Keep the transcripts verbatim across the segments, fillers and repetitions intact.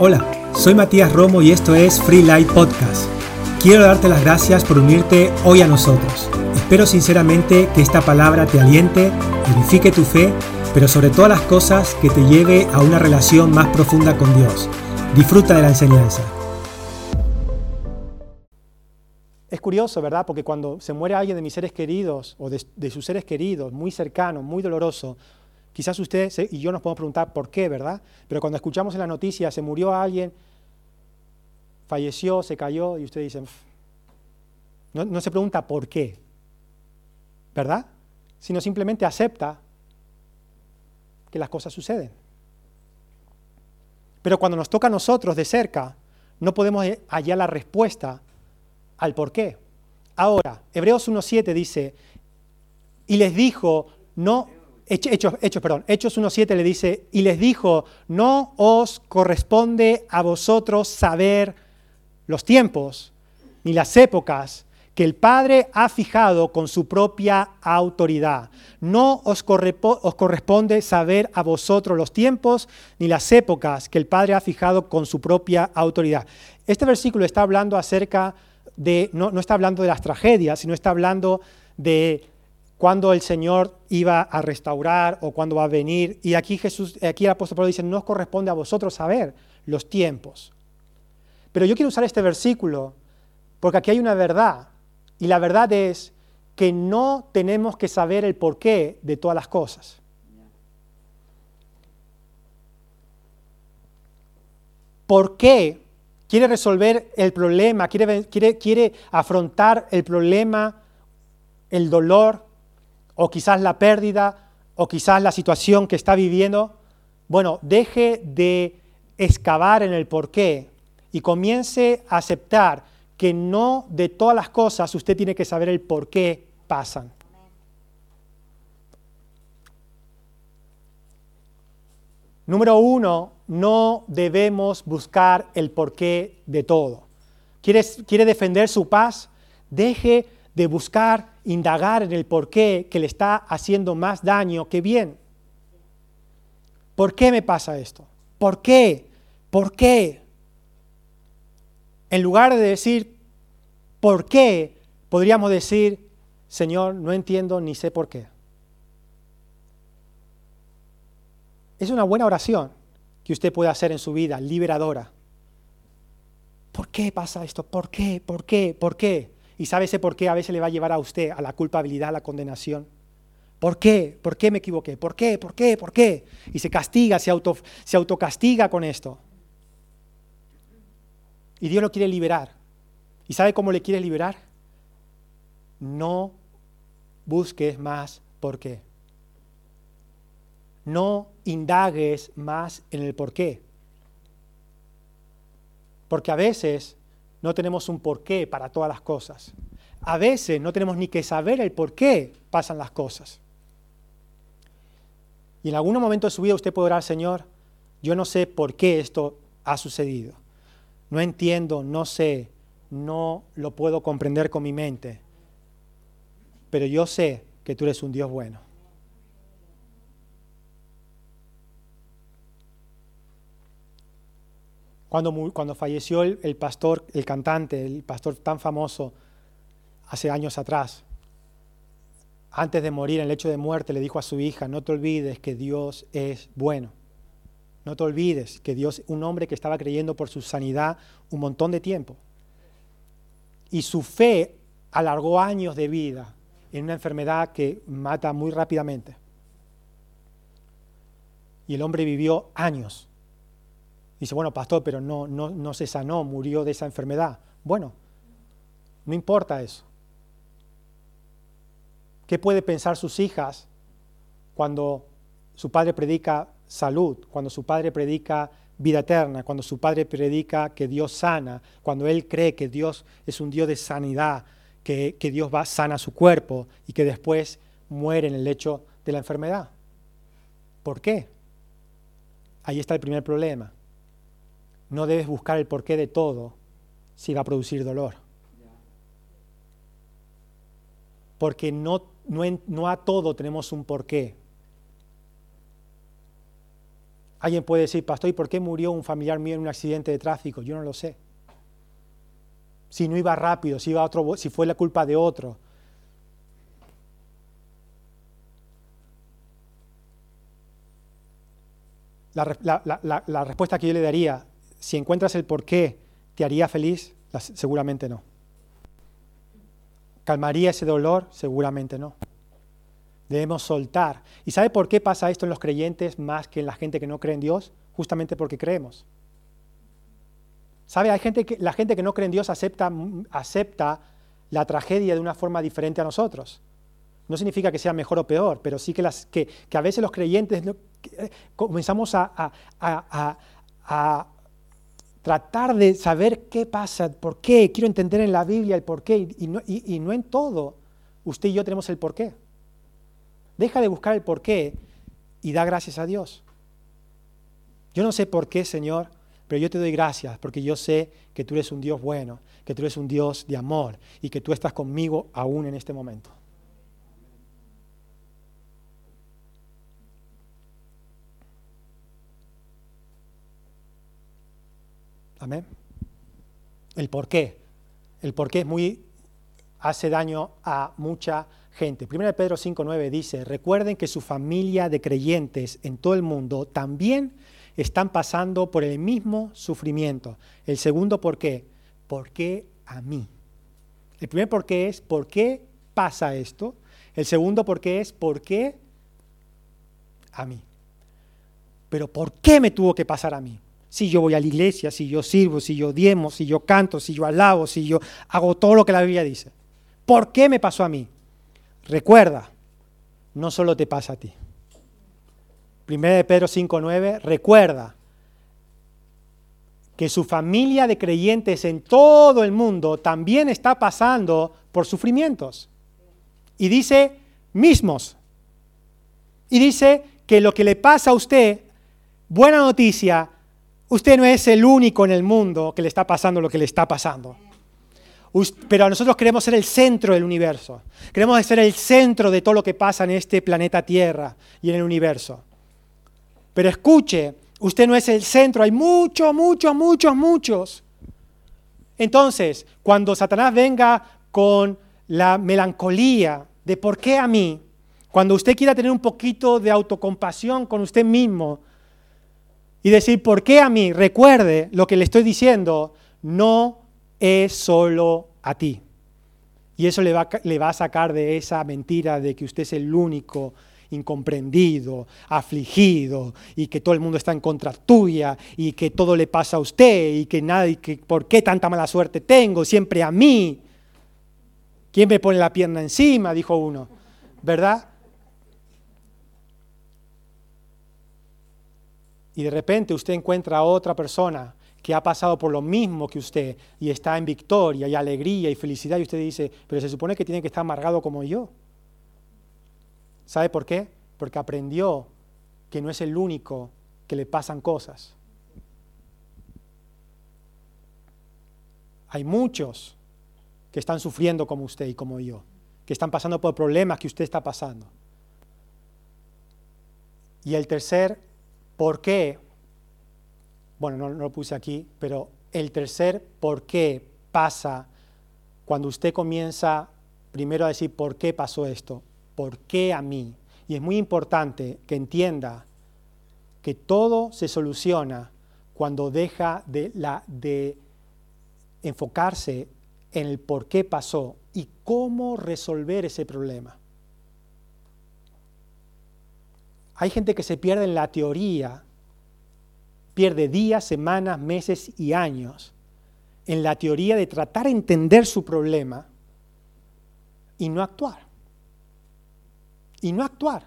Hola, soy Matías Romo y esto es Free Light Podcast. Quiero darte las gracias por unirte hoy a nosotros. Espero sinceramente que esta palabra te aliente, edifique tu fe, pero sobre todas las cosas que te lleve a una relación más profunda con Dios. Disfruta de la enseñanza. Es curioso, ¿verdad? Porque cuando se muere alguien de mis seres queridos o de, de sus seres queridos, muy cercano, muy doloroso, quizás usted y yo nos podemos preguntar por qué, ¿verdad? Pero cuando escuchamos en las noticias, se murió alguien, falleció, se cayó, y usted dice, no, no se pregunta por qué, ¿verdad? Sino simplemente acepta que las cosas suceden. Pero cuando nos toca a nosotros de cerca, no podemos hallar la respuesta al por qué. Ahora, Hebreos uno siete dice, y les dijo, no... Hechos, Hechos, perdón, Hechos uno siete le dice, y les dijo, no os corresponde a vosotros saber los tiempos ni las épocas que el Padre ha fijado con su propia autoridad. No os, correpo, os corresponde saber a vosotros los tiempos ni las épocas que el Padre ha fijado con su propia autoridad. Este versículo está hablando acerca de, no, no está hablando de las tragedias, sino está hablando de cuando el Señor iba a restaurar o cuando va a venir. Y aquí Jesús, aquí el apóstol Pablo dice, no os corresponde a vosotros saber los tiempos. Pero yo quiero usar este versículo porque aquí hay una verdad. Y la verdad es que no tenemos que saber el porqué de todas las cosas. ¿Por qué quiere resolver el problema? ¿Quiere, quiere, quiere afrontar el problema, el dolor? O quizás la pérdida, o quizás la situación que está viviendo. Bueno, deje de excavar en el porqué y comience a aceptar que no de todas las cosas usted tiene que saber el por qué pasan. Número uno, no debemos buscar el porqué de todo. ¿Quiere, quiere defender su paz? Deje de buscar, indagar en el porqué que le está haciendo más daño que bien. ¿Por qué me pasa esto? ¿Por qué? ¿Por qué? En lugar de decir ¿por qué? Podríamos decir, Señor, no entiendo ni sé por qué. Es una buena oración que usted puede hacer en su vida, liberadora. ¿Por qué pasa esto? ¿Por qué? ¿Por qué? ¿Por qué? Y sabe ese por qué a veces le va a llevar a usted a la culpabilidad, a la condenación. ¿Por qué? ¿Por qué me equivoqué? ¿Por qué? ¿Por qué? ¿Por qué? Y se castiga, se, auto, se autocastiga con esto. Y Dios lo quiere liberar. ¿Y sabe cómo le quiere liberar? No busques más por qué. No indagues más en el por qué. Porque a veces no tenemos un porqué para todas las cosas. A veces no tenemos ni que saber el por qué pasan las cosas. Y en algún momento de su vida usted puede orar, Señor, yo no sé por qué esto ha sucedido. No entiendo, no sé, no lo puedo comprender con mi mente. Pero yo sé que tú eres un Dios bueno. Cuando, cuando falleció el, el pastor, el cantante, el pastor tan famoso hace años atrás, antes de morir en el lecho de muerte le dijo a su hija, no te olvides que Dios es bueno. No te olvides que Dios, un hombre que estaba creyendo por su sanidad un montón de tiempo. Y su fe alargó años de vida en una enfermedad que mata muy rápidamente. Y el hombre vivió años. Dice, bueno, pastor, pero no, no, no se sanó, murió de esa enfermedad. Bueno, no importa eso. ¿Qué puede pensar sus hijas cuando su padre predica salud, cuando su padre predica vida eterna, cuando su padre predica que Dios sana, cuando él cree que Dios es un Dios de sanidad, que, que Dios va sana su cuerpo y que después muere en el lecho de la enfermedad? ¿Por qué? Ahí está el primer problema. No debes buscar el porqué de todo si va a producir dolor. Porque no, no, no a todo tenemos un porqué. Alguien puede decir, pastor, ¿y por qué murió un familiar mío en un accidente de tráfico? Yo no lo sé. Si no iba rápido, si, iba a otro, si fue la culpa de otro. La, la, la, la respuesta que yo le daría, si encuentras el por qué, ¿te haría feliz? La, seguramente no. ¿Calmaría ese dolor? Seguramente no. Debemos soltar. ¿Y sabe por qué pasa esto en los creyentes más que en la gente que no cree en Dios? Justamente porque creemos. ¿Sabe? Hay gente que, la gente que no cree en Dios acepta, acepta la tragedia de una forma diferente a nosotros. No significa que sea mejor o peor, pero sí que, las, que, que a veces los creyentes no, que, comenzamos a, a, a, a, a tratar de saber qué pasa, por qué. Quiero entender en la Biblia el por qué, y, y, no, y, y no en todo. Usted y yo tenemos el por qué. Deja de buscar el por qué y da gracias a Dios. Yo no sé por qué, Señor, pero yo te doy gracias porque yo sé que tú eres un Dios bueno, que tú eres un Dios de amor y que tú estás conmigo aún en este momento. Amén. El por qué. El por qué es muy, hace daño a mucha gente. primera de Pedro cinco nueve dice, recuerden que su familia de creyentes en todo el mundo también están pasando por el mismo sufrimiento. El segundo por qué. ¿Por qué a mí? El primer por qué es ¿por qué pasa esto? El segundo por qué es ¿por qué a mí? Pero ¿por qué me tuvo que pasar a mí? Si yo voy a la iglesia, si yo sirvo, si yo diezmo, si yo canto, si yo alabo, si yo hago todo lo que la Biblia dice. ¿Por qué me pasó a mí? Recuerda, no solo te pasa a ti. primera de Pedro cinco nueve, recuerda que su familia de creyentes en todo el mundo también está pasando por sufrimientos. Y dice mismos. Y dice que lo que le pasa a usted, buena noticia, usted no es el único en el mundo que le está pasando lo que le está pasando. Pero nosotros queremos ser el centro del universo. Queremos ser el centro de todo lo que pasa en este planeta Tierra y en el universo. Pero escuche, usted no es el centro, hay muchos, muchos, muchos, muchos. Entonces, cuando Satanás venga con la melancolía de ¿por qué a mí? Cuando usted quiera tener un poquito de autocompasión con usted mismo y decir ¿por qué a mí? Recuerde lo que le estoy diciendo, no es solo a ti. Y eso le va, le va a sacar de esa mentira de que usted es el único incomprendido, afligido, y que todo el mundo está en contra tuya, y que todo le pasa a usted, y que nada, y que ¿por qué tanta mala suerte tengo? Siempre a mí. ¿Quién me pone la pierna encima? Dijo uno, ¿verdad? Y de repente usted encuentra a otra persona que ha pasado por lo mismo que usted y está en victoria y alegría y felicidad, y usted dice, pero se supone que tiene que estar amargado como yo. ¿Sabe por qué? Porque aprendió que no es el único que le pasan cosas. Hay muchos que están sufriendo como usted y como yo, que están pasando por problemas que usted está pasando. Y el tercer por qué, bueno, no, no lo puse aquí, pero el tercer por qué pasa cuando usted comienza primero a decir ¿por qué pasó esto? ¿Por qué a mí? Y es muy importante que entienda que todo se soluciona cuando deja de, la, de enfocarse en el por qué pasó y cómo resolver ese problema. Hay gente que se pierde en la teoría, pierde días, semanas, meses y años en la teoría de tratar de entender su problema y no actuar. Y no actuar.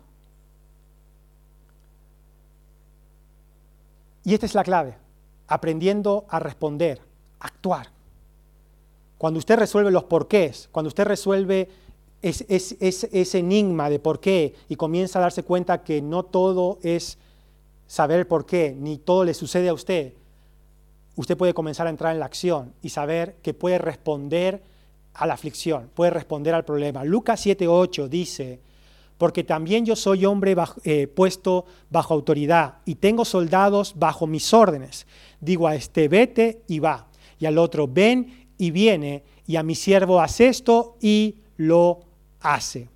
Y esta es la clave, aprendiendo a responder, actuar. Cuando usted resuelve los porqués, cuando usted resuelve ese, ese, ese enigma de por qué y comienza a darse cuenta que no todo es saber el por qué, ni todo le sucede a usted, usted puede comenzar a entrar en la acción y saber que puede responder a la aflicción, puede responder al problema. Lucas siete ocho dice, porque también yo soy hombre bajo, eh, puesto bajo autoridad y tengo soldados bajo mis órdenes. Digo a este, vete y va, y al otro, ven y viene, y a mi siervo, haz esto y lo hace.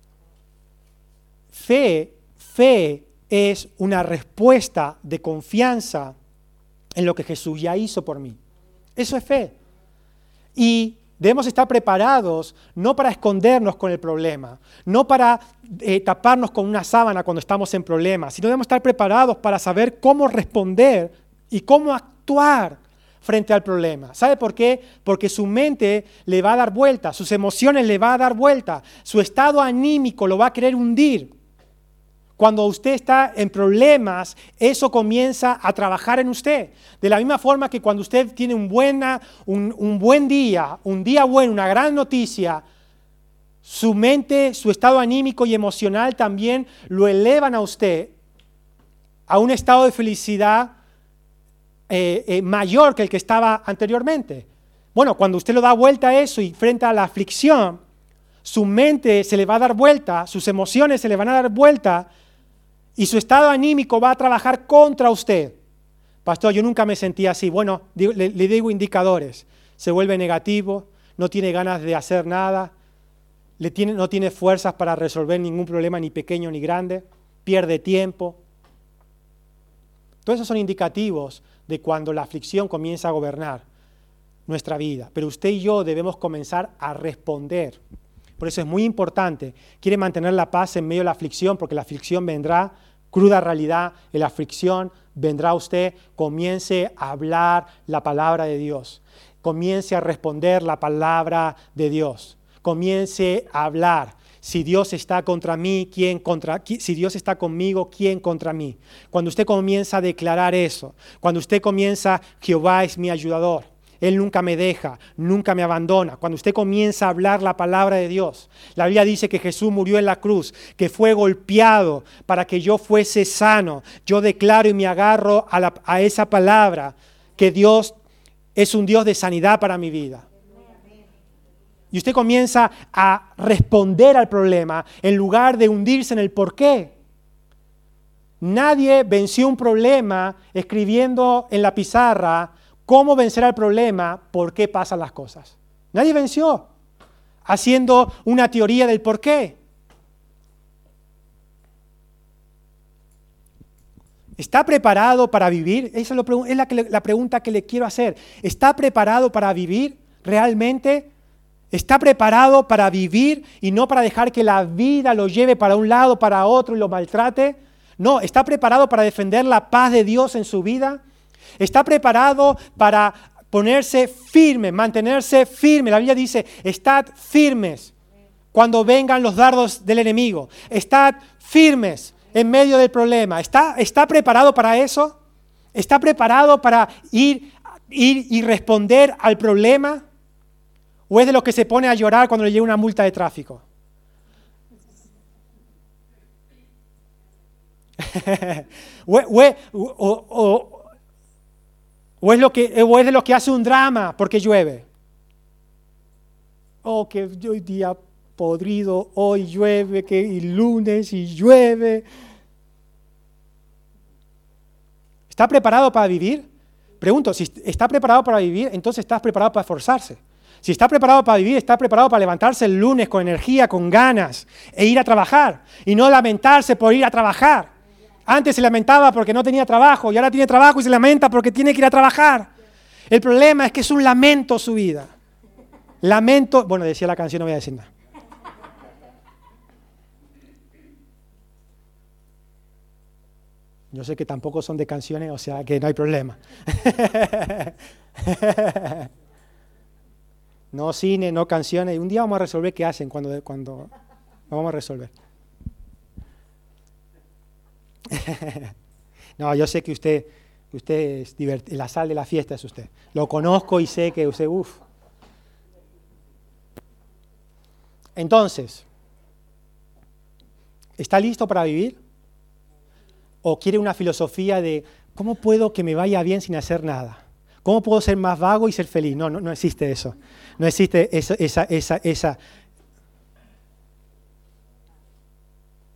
Fe, fe es una respuesta de confianza en lo que Jesús ya hizo por mí. Eso es fe. Y debemos estar preparados no para escondernos con el problema, no para eh, taparnos con una sábana cuando estamos en problemas, sino debemos estar preparados para saber cómo responder y cómo actuar frente al problema. ¿Sabe por qué? Porque su mente le va a dar vuelta, sus emociones le va a dar vuelta, su estado anímico lo va a querer hundir. Cuando usted está en problemas, eso comienza a trabajar en usted. De la misma forma que cuando usted tiene un, buena, un, un buen día, un día bueno, una gran noticia, su mente, su estado anímico y emocional también lo elevan a usted a un estado de felicidad eh, eh, mayor que el que estaba anteriormente. Bueno, cuando usted lo da vuelta a eso y frente a la aflicción, su mente se le va a dar vuelta, sus emociones se le van a dar vuelta, y su estado anímico va a trabajar contra usted. Pastor, yo nunca me sentí así. Bueno, le, le digo indicadores. Se vuelve negativo, no tiene ganas de hacer nada, le tiene, no tiene fuerzas para resolver ningún problema, ni pequeño ni grande, pierde tiempo. Todos esos son indicativos de cuando la aflicción comienza a gobernar nuestra vida. Pero usted y yo debemos comenzar a responder. Por eso es muy importante. Quiere mantener la paz en medio de la aflicción, porque la aflicción vendrá, cruda realidad, en la aflicción vendrá usted, comience a hablar la palabra de Dios. Comience a responder la palabra de Dios. Comience a hablar. Si Dios está contra mí, ¿quién contra? Si Dios está conmigo, ¿quién contra mí? Cuando usted comienza a declarar eso, cuando usted comienza, Jehová es mi ayudador. Él nunca me deja, nunca me abandona. Cuando usted comienza a hablar la palabra de Dios, la Biblia dice que Jesús murió en la cruz, que fue golpeado para que yo fuese sano. Yo declaro y me agarro a, la, a esa palabra, que Dios es un Dios de sanidad para mi vida. Y usted comienza a responder al problema en lugar de hundirse en el por qué. Nadie venció un problema escribiendo en la pizarra cómo vencer al problema, por qué pasan las cosas. Nadie venció haciendo una teoría del por qué. ¿Está preparado para vivir? Esa es la, la pregunta que le quiero hacer. ¿Está preparado para vivir realmente? ¿Está preparado para vivir y no para dejar que la vida lo lleve para un lado, para otro y lo maltrate? No, ¿está preparado para defender la paz de Dios en su vida? ¿Está preparado para ponerse firme, mantenerse firme? La Biblia dice, estad firmes cuando vengan los dardos del enemigo. Estad firmes en medio del problema. ¿Está, está preparado para eso? ¿Está preparado para ir, ir y responder al problema? ¿O es de los que se pone a llorar cuando le llega una multa de tráfico? o, o, o, o, o, es lo que, o es de los que hace un drama porque llueve. Oh, que hoy día podrido, hoy llueve, que y lunes y llueve. ¿Está preparado para vivir? Pregunto, si está preparado para vivir, entonces estás preparado para esforzarse. Si está preparado para vivir, está preparado para levantarse el lunes con energía, con ganas, e ir a trabajar. Y no lamentarse por ir a trabajar. Antes se lamentaba porque no tenía trabajo, y ahora tiene trabajo y se lamenta porque tiene que ir a trabajar. El problema es que es un lamento su vida. Lamento, bueno, decía la canción, no voy a decir nada. Yo sé que tampoco son de canciones, o sea que no hay problema. No cine, no canciones. Un día vamos a resolver qué hacen cuando, cuando lo vamos a resolver. No, yo sé que usted, usted es divertido, la sal de la fiesta es usted. Lo conozco y sé que usted, uff. Entonces, ¿está listo para vivir? ¿O quiere una filosofía de cómo puedo que me vaya bien sin hacer nada? ¿Cómo puedo ser más vago y ser feliz? No, no, no existe eso. No existe esa, esa, esa, esa.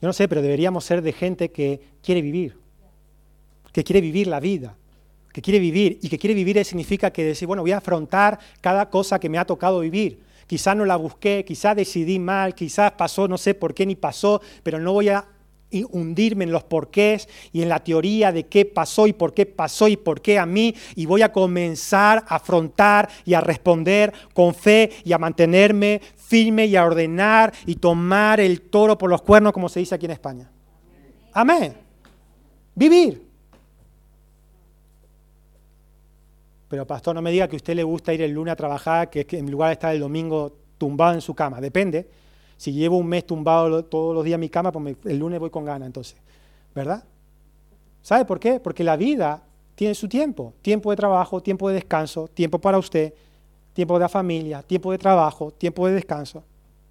Yo no sé, pero deberíamos ser de gente que quiere vivir, que quiere vivir la vida, que quiere vivir. Y que quiere vivir significa que decir, bueno, voy a afrontar cada cosa que me ha tocado vivir. Quizás no la busqué, quizás decidí mal, quizás pasó, no sé por qué ni pasó, pero no voy a hundirme en los porqués y en la teoría de qué pasó y por qué pasó y por qué a mí, y voy a comenzar a afrontar y a responder con fe y a mantenerme firme y a ordenar y tomar el toro por los cuernos, como se dice aquí en España. Amén. Vivir. Pero pastor, no me diga que a usted le gusta ir el lunes a trabajar, que, que en lugar de estar el domingo tumbado en su cama. Depende. Si llevo un mes tumbado todos los días en mi cama, pues me, el lunes voy con ganas entonces. ¿Verdad? ¿Sabe por qué? Porque la vida tiene su tiempo. Tiempo de trabajo, tiempo de descanso, tiempo para usted, tiempo de la familia, tiempo de trabajo, tiempo de descanso.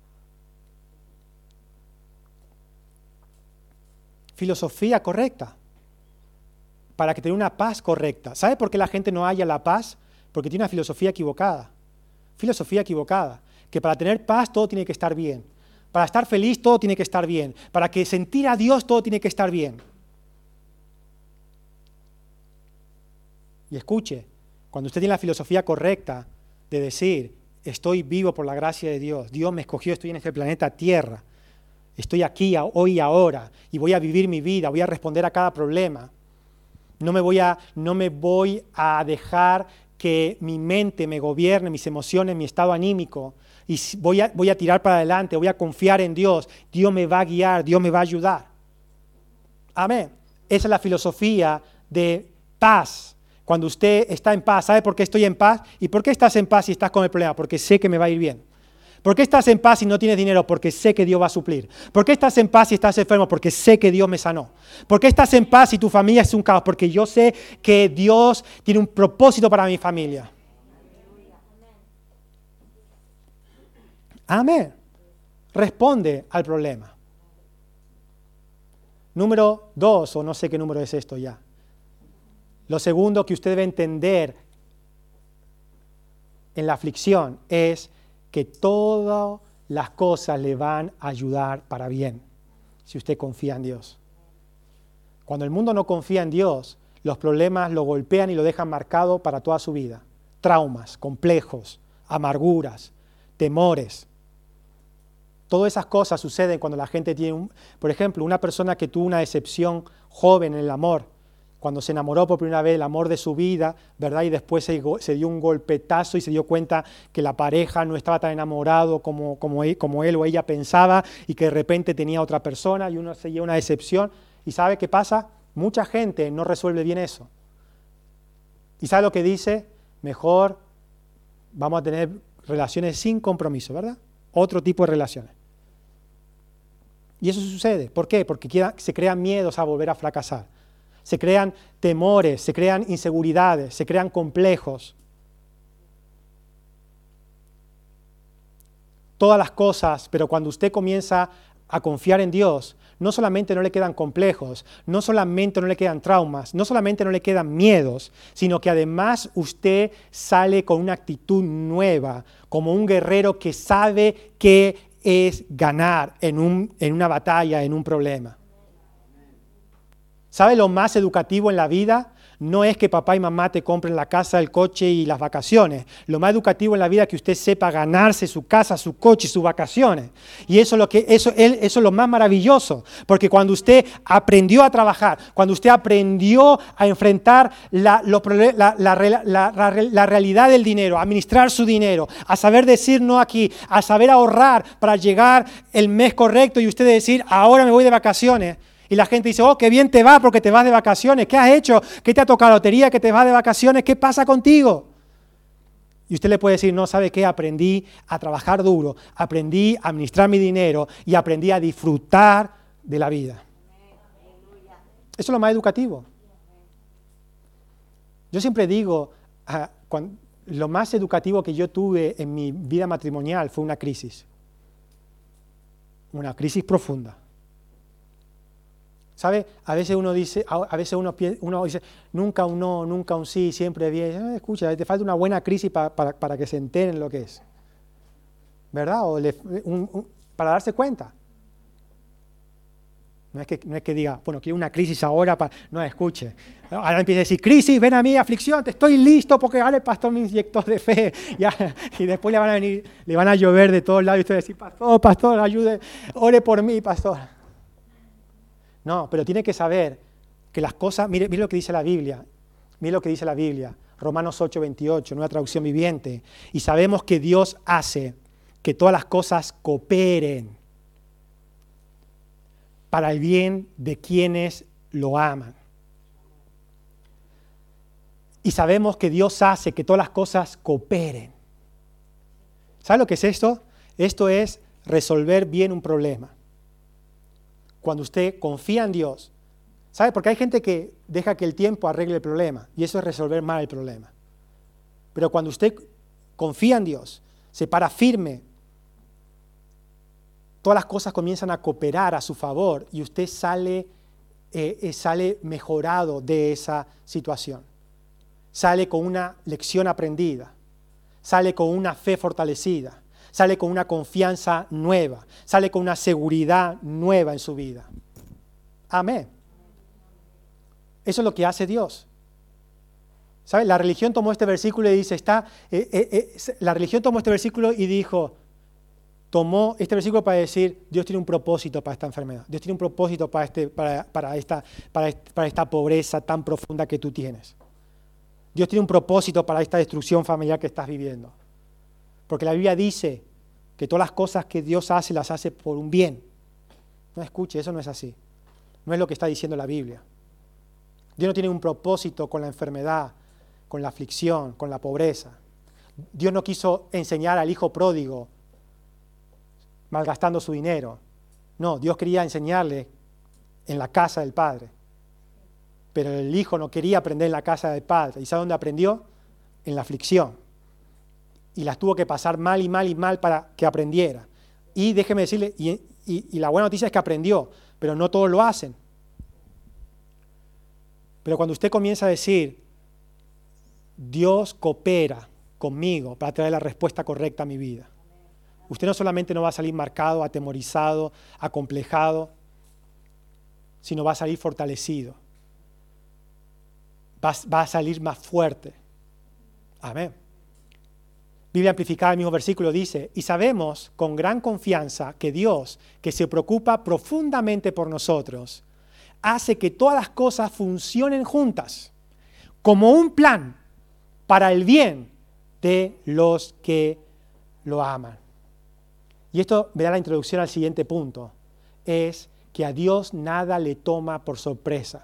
Filosofía correcta. Para que tenga una paz correcta. ¿Sabe por qué la gente no halla la paz? Porque tiene una filosofía equivocada. Filosofía equivocada. Que para tener paz todo tiene que estar bien. Para estar feliz todo tiene que estar bien. Para que sentir a Dios todo tiene que estar bien. Y escuche, cuando usted tiene la filosofía correcta de decir, estoy vivo por la gracia de Dios, Dios me escogió, estoy en este planeta Tierra, estoy aquí, hoy y ahora, y voy a vivir mi vida, voy a responder a cada problema. No me voy a, no me voy a dejar que mi mente me gobierne, mis emociones, mi estado anímico, y voy a, voy a tirar para adelante, voy a confiar en Dios. Dios me va a guiar, Dios me va a ayudar. Amén. Esa es la filosofía de paz. Cuando usted está en paz, ¿sabe por qué estoy en paz? ¿Y por qué estás en paz si estás con el problema? Porque sé que me va a ir bien. ¿Por qué estás en paz si no tienes dinero? Porque sé que Dios va a suplir. ¿Por qué estás en paz si estás enfermo? Porque sé que Dios me sanó. ¿Por qué estás en paz si tu familia es un caos? Porque yo sé que Dios tiene un propósito para mi familia. Amén. Responde al problema. Número dos, o no sé qué número es esto ya. Lo segundo que usted debe entender en la aflicción es que todas las cosas le van a ayudar para bien, si usted confía en Dios. Cuando el mundo no confía en Dios, los problemas lo golpean y lo dejan marcado para toda su vida. Traumas, complejos, amarguras, temores. Todas esas cosas suceden cuando la gente tiene, un, por ejemplo, una persona que tuvo una decepción joven en el amor, cuando se enamoró por primera vez, el amor de su vida, ¿verdad? Y después se, se dio un golpetazo y se dio cuenta que la pareja no estaba tan enamorado como, como, él, como él o ella pensaba y que de repente tenía otra persona y uno se lleva una decepción. ¿Y sabe qué pasa? Mucha gente no resuelve bien eso. ¿Y sabe lo que dice? Mejor vamos a tener relaciones sin compromiso, ¿verdad? Otro tipo de relaciones. Y eso sucede. ¿Por qué? Porque se crean miedos a volver a fracasar. Se crean temores, se crean inseguridades, se crean complejos. Todas las cosas, pero cuando usted comienza a confiar en Dios, no solamente no le quedan complejos, no solamente no le quedan traumas, no solamente no le quedan miedos, sino que además usted sale con una actitud nueva, como un guerrero que sabe qué es ganar en, un, en una batalla, en un problema. ¿Sabe lo más educativo en la vida? No es que papá y mamá te compren la casa, el coche y las vacaciones. Lo más educativo en la vida es que usted sepa ganarse su casa, su coche y sus vacaciones. Y eso es lo que, eso, eso es lo más maravilloso. Porque cuando usted aprendió a trabajar, cuando usted aprendió a enfrentar la, lo, la, la, la, la, la realidad del dinero, a administrar su dinero, a saber decir no aquí, a saber ahorrar para llegar el mes correcto y usted decir, ahora me voy de vacaciones. Y la gente dice, oh, qué bien te va porque te vas de vacaciones. ¿Qué has hecho? ¿Qué te ha tocado lotería que te vas de vacaciones? ¿Qué pasa contigo? Y usted le puede decir, no, ¿sabe qué? Aprendí a trabajar duro, aprendí a administrar mi dinero y aprendí a disfrutar de la vida. Eso es lo más educativo. Yo siempre digo, uh, cuando, lo más educativo que yo tuve en mi vida matrimonial fue una crisis. Una crisis profunda. ¿Sabe? A veces uno dice, a veces uno, uno dice, nunca un no, nunca un sí, siempre bien. Eh, escucha, te falta una buena crisis para, para, para que se enteren lo que es. ¿Verdad? O le, un, un, para darse cuenta. No es que, no es que diga, bueno, quiero una crisis ahora, para... no, escuche. Ahora empieza a decir, crisis, ven a mí, aflicción, te estoy listo porque ahora el pastor me inyectó de fe. Ya, y después le van a venir, le van a llover de todos lados y usted va a decir, pastor, pastor, ayude, ore por mí, pastor. No, pero tiene que saber que las cosas, mire, mire lo que dice la Biblia, mire lo que dice la Biblia, Romanos ocho, veintiocho, nueva traducción viviente. Y sabemos que Dios hace que todas las cosas cooperen para el bien de quienes lo aman. Y sabemos que Dios hace que todas las cosas cooperen. ¿Sabe lo que es esto? Esto es resolver bien un problema. Cuando usted confía en Dios, ¿sabe? Porque hay gente que deja que el tiempo arregle el problema, y eso es resolver mal el problema. Pero cuando usted confía en Dios, se para firme, todas las cosas comienzan a cooperar a su favor y usted sale, eh, sale mejorado de esa situación. Sale con una lección aprendida, sale con una fe fortalecida, sale con una confianza nueva, sale con una seguridad nueva en su vida. Amén. Eso es lo que hace Dios. ¿Sabe? La religión tomó este versículo y dice, está, eh, eh, eh, la religión tomó este versículo y dijo, tomó este versículo para decir, Dios tiene un propósito para esta enfermedad, Dios tiene un propósito para, este, para, para, esta, para, este, para esta pobreza tan profunda que tú tienes. Dios tiene un propósito para esta destrucción familiar que estás viviendo. Porque la Biblia dice que todas las cosas que Dios hace, las hace por un bien. No escuche, eso no es así. No es lo que está diciendo la Biblia. Dios no tiene un propósito con la enfermedad, con la aflicción, con la pobreza. Dios no quiso enseñar al hijo pródigo malgastando su dinero. No, Dios quería enseñarle en la casa del Padre. Pero el hijo no quería aprender en la casa del Padre. ¿Y sabe dónde aprendió? En la aflicción. Y las tuvo que pasar mal y mal y mal para que aprendiera. Y déjeme decirle, y, y, y la buena noticia es que aprendió, pero no todos lo hacen. Pero cuando usted comienza a decir, Dios coopera conmigo para traer la respuesta correcta a mi vida, usted no solamente no va a salir marcado, atemorizado, acomplejado, sino va a salir fortalecido. Va, va a salir más fuerte. Amén. Biblia amplificada, el mismo versículo dice, y sabemos con gran confianza que Dios, que se preocupa profundamente por nosotros, hace que todas las cosas funcionen juntas, como un plan para el bien de los que lo aman. Y esto me da la introducción al siguiente punto, es que a Dios nada le toma por sorpresa.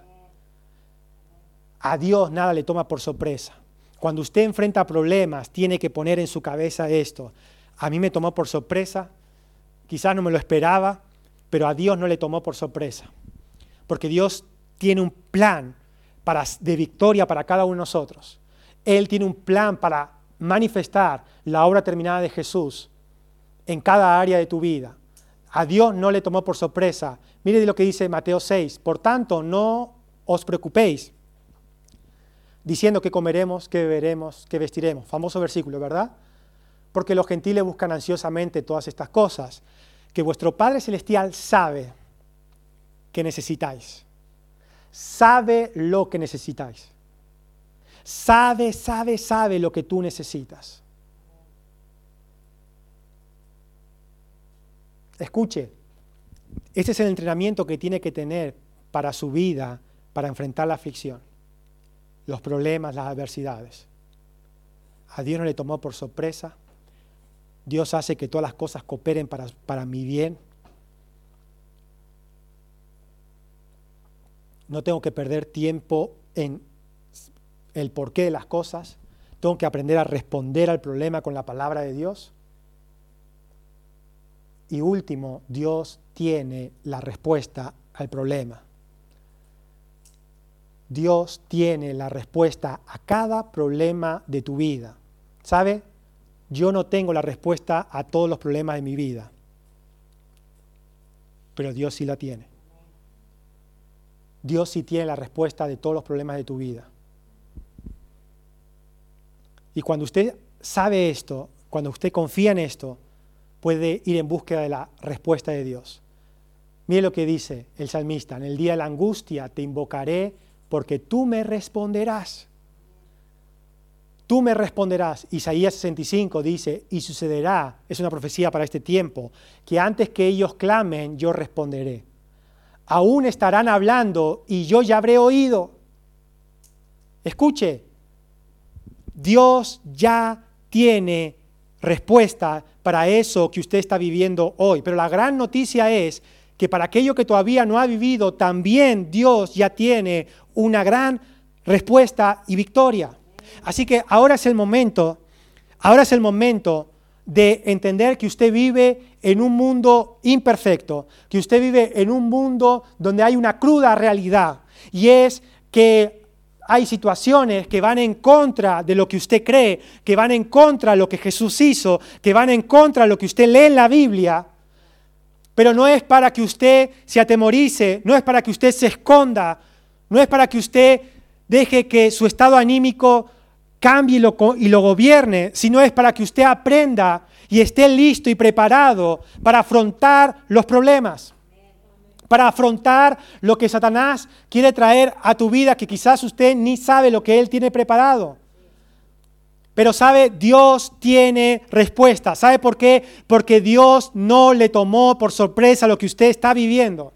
A Dios nada le toma por sorpresa. Cuando usted enfrenta problemas, tiene que poner en su cabeza esto. A mí me tomó por sorpresa, quizás no me lo esperaba, pero a Dios no le tomó por sorpresa. Porque Dios tiene un plan para, de victoria para cada uno de nosotros. Él tiene un plan para manifestar la obra terminada de Jesús en cada área de tu vida. A Dios no le tomó por sorpresa. Mire lo que dice Mateo seis. Por tanto, no os preocupéis, diciendo qué comeremos, qué beberemos, qué vestiremos. Famoso versículo, ¿verdad? Porque los gentiles buscan ansiosamente todas estas cosas, que vuestro Padre Celestial sabe que necesitáis. Sabe lo que necesitáis. Sabe, sabe, sabe lo que tú necesitas. Escuche, este es el entrenamiento que tiene que tener para su vida, para enfrentar la aflicción, los problemas, las adversidades. A Dios no le tomó por sorpresa. Dios hace que todas las cosas cooperen para, para mi bien. No tengo que perder tiempo en el porqué de las cosas. Tengo que aprender a responder al problema con la palabra de Dios. Y último, Dios tiene la respuesta al problema. Dios tiene la respuesta a cada problema de tu vida. ¿Sabe? Yo no tengo la respuesta a todos los problemas de mi vida, pero Dios sí la tiene. Dios sí tiene la respuesta de todos los problemas de tu vida. Y cuando usted sabe esto, cuando usted confía en esto, puede ir en búsqueda de la respuesta de Dios. Mire lo que dice el salmista: en el día de la angustia te invocaré porque tú me responderás. Tú me responderás. Isaías sesenta y cinco dice, y sucederá, es una profecía para este tiempo, que antes que ellos clamen, yo responderé. Aún estarán hablando y yo ya habré oído. Escuche, Dios ya tiene respuesta para eso que usted está viviendo hoy. Pero la gran noticia es que para aquello que todavía no ha vivido, también Dios ya tiene una gran respuesta y victoria. Así que ahora es el momento, ahora es el momento de entender que usted vive en un mundo imperfecto, que usted vive en un mundo donde hay una cruda realidad, y es que hay situaciones que van en contra de lo que usted cree, que van en contra de lo que Jesús hizo, que van en contra de lo que usted lee en la Biblia, pero no es para que usted se atemorice, no es para que usted se esconda, no es para que usted deje que su estado anímico cambie y lo, y lo gobierne, sino es para que usted aprenda y esté listo y preparado para afrontar los problemas, para afrontar lo que Satanás quiere traer a tu vida, que quizás usted ni sabe lo que él tiene preparado. Pero sabe, Dios tiene respuesta. ¿Sabe por qué? Porque Dios no le tomó por sorpresa lo que usted está viviendo.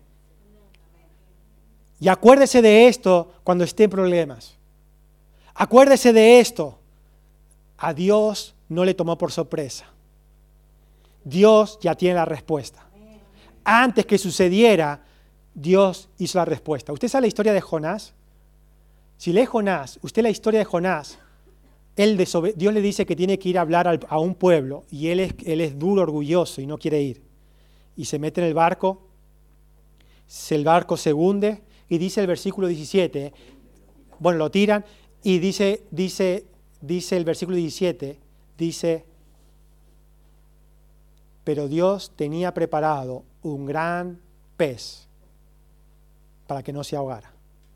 Y acuérdese de esto cuando esté en problemas. Acuérdese de esto. A Dios no le tomó por sorpresa. Dios ya tiene la respuesta. Antes que sucediera, Dios hizo la respuesta. ¿Usted sabe la historia de Jonás? Si lee Jonás, usted la historia de Jonás, él desobe- Dios le dice que tiene que ir a hablar al, a un pueblo, y él es, él es duro, orgulloso y no quiere ir. Y se mete en el barco, el barco se hunde, y dice el versículo diecisiete, bueno, lo tiran, y dice, dice, dice el versículo diecisiete, dice, pero Dios tenía preparado un gran pez para que no se ahogara.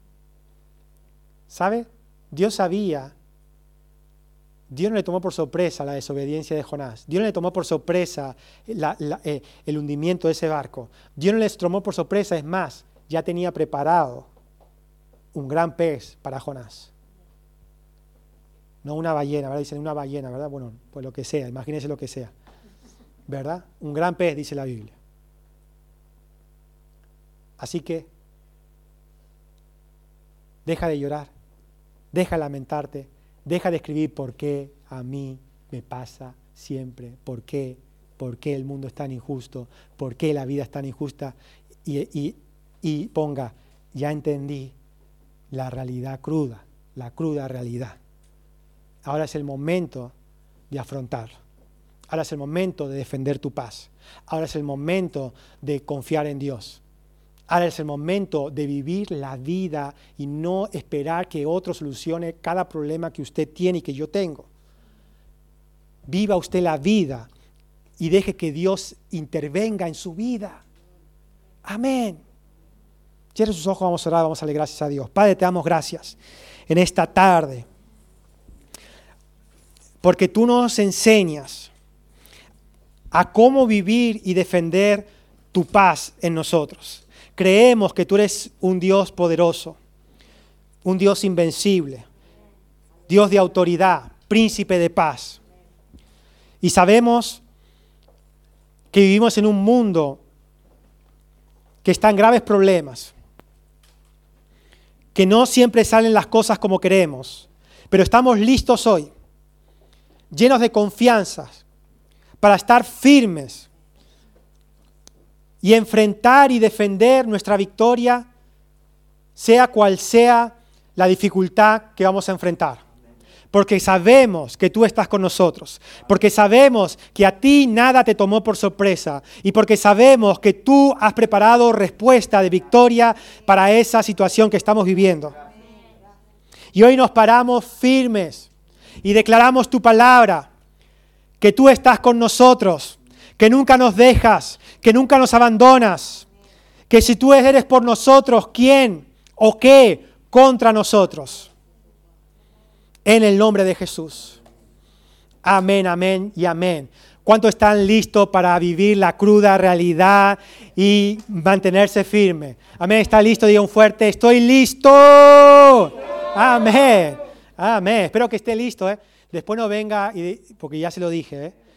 ¿Sabe? Dios sabía, Dios no le tomó por sorpresa la desobediencia de Jonás. Dios no le tomó por sorpresa la, la, eh, el hundimiento de ese barco. Dios no les tomó por sorpresa, es más, ya tenía preparado un gran pez para Jonás. No una ballena, ¿verdad? Dicen una ballena, ¿verdad? Bueno, pues lo que sea, imagínense lo que sea. ¿Verdad? Un gran pez, dice la Biblia. Así que, deja de llorar, deja de lamentarte, deja de escribir por qué a mí me pasa siempre, por qué, por qué el mundo es tan injusto, por qué la vida es tan injusta, y, y, y ponga, ya entendí la realidad cruda, la cruda realidad. Ahora es el momento de afrontarlo. Ahora es el momento de defender tu paz. Ahora es el momento de confiar en Dios. Ahora es el momento de vivir la vida y no esperar que otro solucione cada problema que usted tiene y que yo tengo. Viva usted la vida y deje que Dios intervenga en su vida. Amén. Cierre sus ojos, vamos a orar, vamos a darle gracias a Dios. Padre, te damos gracias en esta tarde, porque tú nos enseñas a cómo vivir y defender tu paz en nosotros. Creemos que tú eres un Dios poderoso, un Dios invencible, Dios de autoridad, príncipe de paz. Y sabemos que vivimos en un mundo que está en graves problemas, que no siempre salen las cosas como queremos, pero estamos listos hoy, llenos de confianza, para estar firmes y enfrentar y defender nuestra victoria, sea cual sea la dificultad que vamos a enfrentar. Porque sabemos que tú estás con nosotros, porque sabemos que a ti nada te tomó por sorpresa, y porque sabemos que tú has preparado respuesta de victoria para esa situación que estamos viviendo. Y hoy nos paramos firmes y declaramos tu palabra, que tú estás con nosotros, que nunca nos dejas, que nunca nos abandonas, que si tú eres por nosotros, ¿quién o qué contra nosotros? En el nombre de Jesús. Amén, amén y amén. ¿Cuántos están listos para vivir la cruda realidad y mantenerse firme? Amén. ¿Está listo? Diga un fuerte, estoy listo. Amén. Amén. Espero que esté listo. ¿eh? Después no venga, y, porque ya se lo dije, ¿eh?